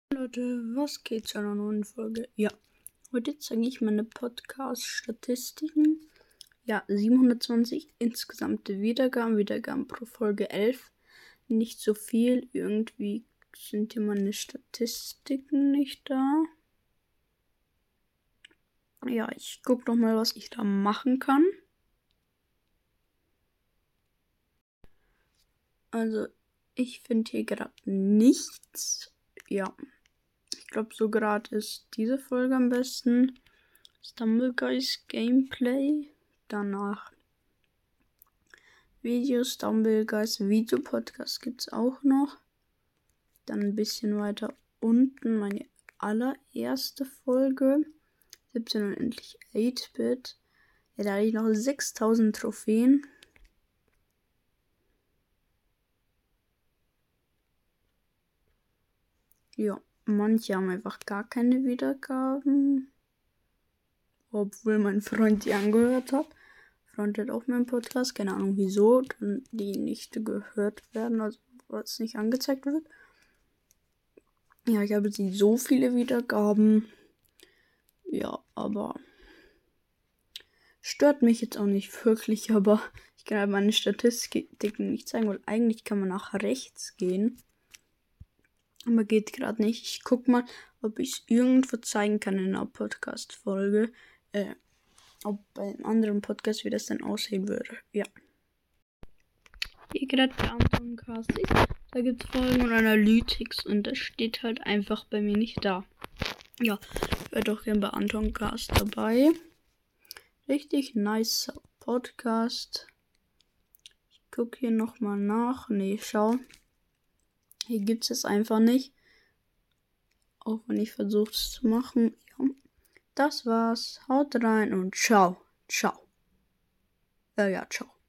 Leute, was geht zu einer neuen Folge? Ja, heute zeige ich meine Podcast-Statistiken. Ja, 720 insgesamte Wiedergaben pro Folge 11. Nicht so viel, irgendwie sind hier meine Statistiken nicht da. Ja, ich gucke noch mal, was ich da machen kann. Also, ich finde hier gerade nichts. Ja, ich glaube, so gerade ist diese Folge am besten. Stumbleguys Gameplay. Danach Videos, Stumbleguys Videopodcast gibt es auch noch. Dann ein bisschen weiter unten meine allererste Folge. 17 und endlich 8-Bit. Ja, da hatte ich noch 6000 Trophäen. Ja, manche haben einfach gar keine Wiedergaben. Obwohl mein Freund die angehört hat. Freund hat auch meinen Podcast, keine Ahnung wieso, dann die nicht gehört werden, also was nicht angezeigt wird. Ja, ich habe sie so viele Wiedergaben. Ja, aber stört mich jetzt auch nicht wirklich, aber ich kann halt meine Statistiken nicht zeigen, weil eigentlich kann man nach rechts gehen. Aber geht gerade nicht. Ich guck mal, ob ich es irgendwo zeigen kann in einer Podcast-Folge. Ob bei einem anderen Podcast, wie das dann aussehen würde. Ja. Hier gerade bei Amazon Cast ist, da gibt es Folgen und Analytics und das steht halt einfach bei mir nicht da. Ja, ich wäre doch gern bei Anton Cast dabei. Richtig nice Podcast. Ich gucke hier nochmal nach. Nee, schau. Hier gibt es einfach nicht. Auch wenn ich versuche es zu machen. Ja. Das war's. Haut rein und ciao. Ciao. Ja, ciao.